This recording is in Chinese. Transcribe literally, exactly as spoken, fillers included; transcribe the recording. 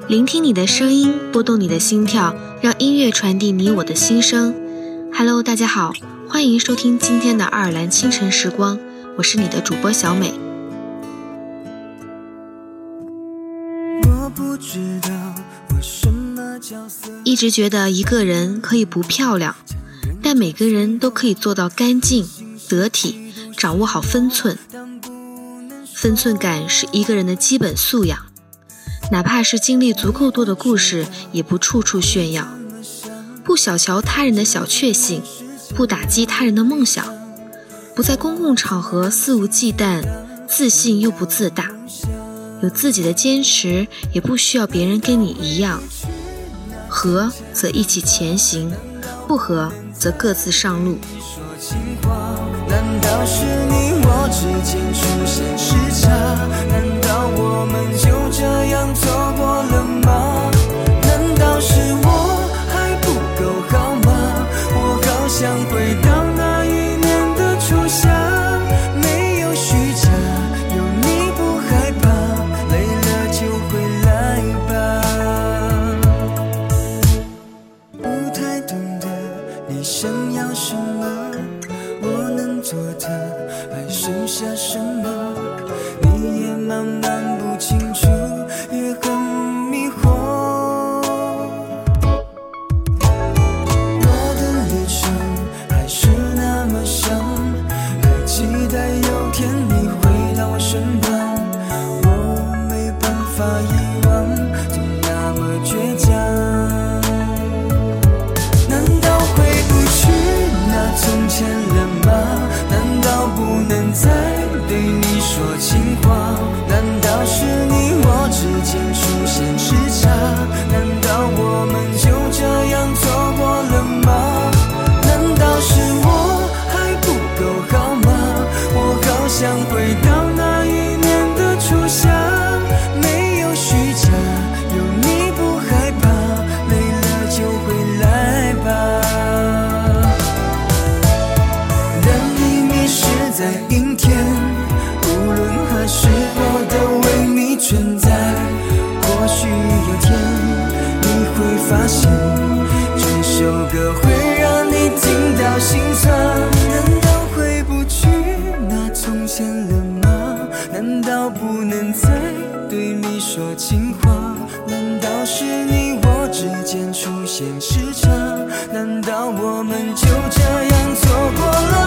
聆听你的声音，拨动你的心跳，让音乐传递你我的心声。Hello， 大家好，欢迎收听今天的爱尔兰清晨时光，我是你的主播小美。我不知道我什么角色，一直觉得一个人可以不漂亮，但每个人都可以做到干净、得体，掌握好分寸。分寸感是一个人的基本素养，哪怕是经历足够多的故事，也不处处炫耀，不小瞧他人的小确幸，不打击他人的梦想，不在公共场合肆无忌惮，自信又不自大，有自己的坚持，也不需要别人跟你一样。合则一起前行，不合则各自上路。难道是你我之间出现时差？难道我们就这样错过了吗？难道是我还不够好吗？我好想回到那一年的初夏，没有虚假，有你不害怕，累了就回来吧。不太懂得你想要什么，我能做的还剩下什么？你也慢慢不清楚，也很迷惑。我的旅程还是那么想，还期待有天你回到我身旁。我没办法遗忘，就那么倔强。难道回不去那从前了吗？难道不能再对你说情话？难道是你我之间出现时差？难道我们就这样错过了吗？难道是我还不够好吗？我好想回到那一年的初夏，没有虚假，有你不害怕，累了就回来吧。在阴天，无论何时我都为你存在。或许有天你会发现，这首歌会让你听到心酸。难道回不去那从前了吗？难道不能再对你说情话？难道是你我之间出现时差？难道我们就这样错过了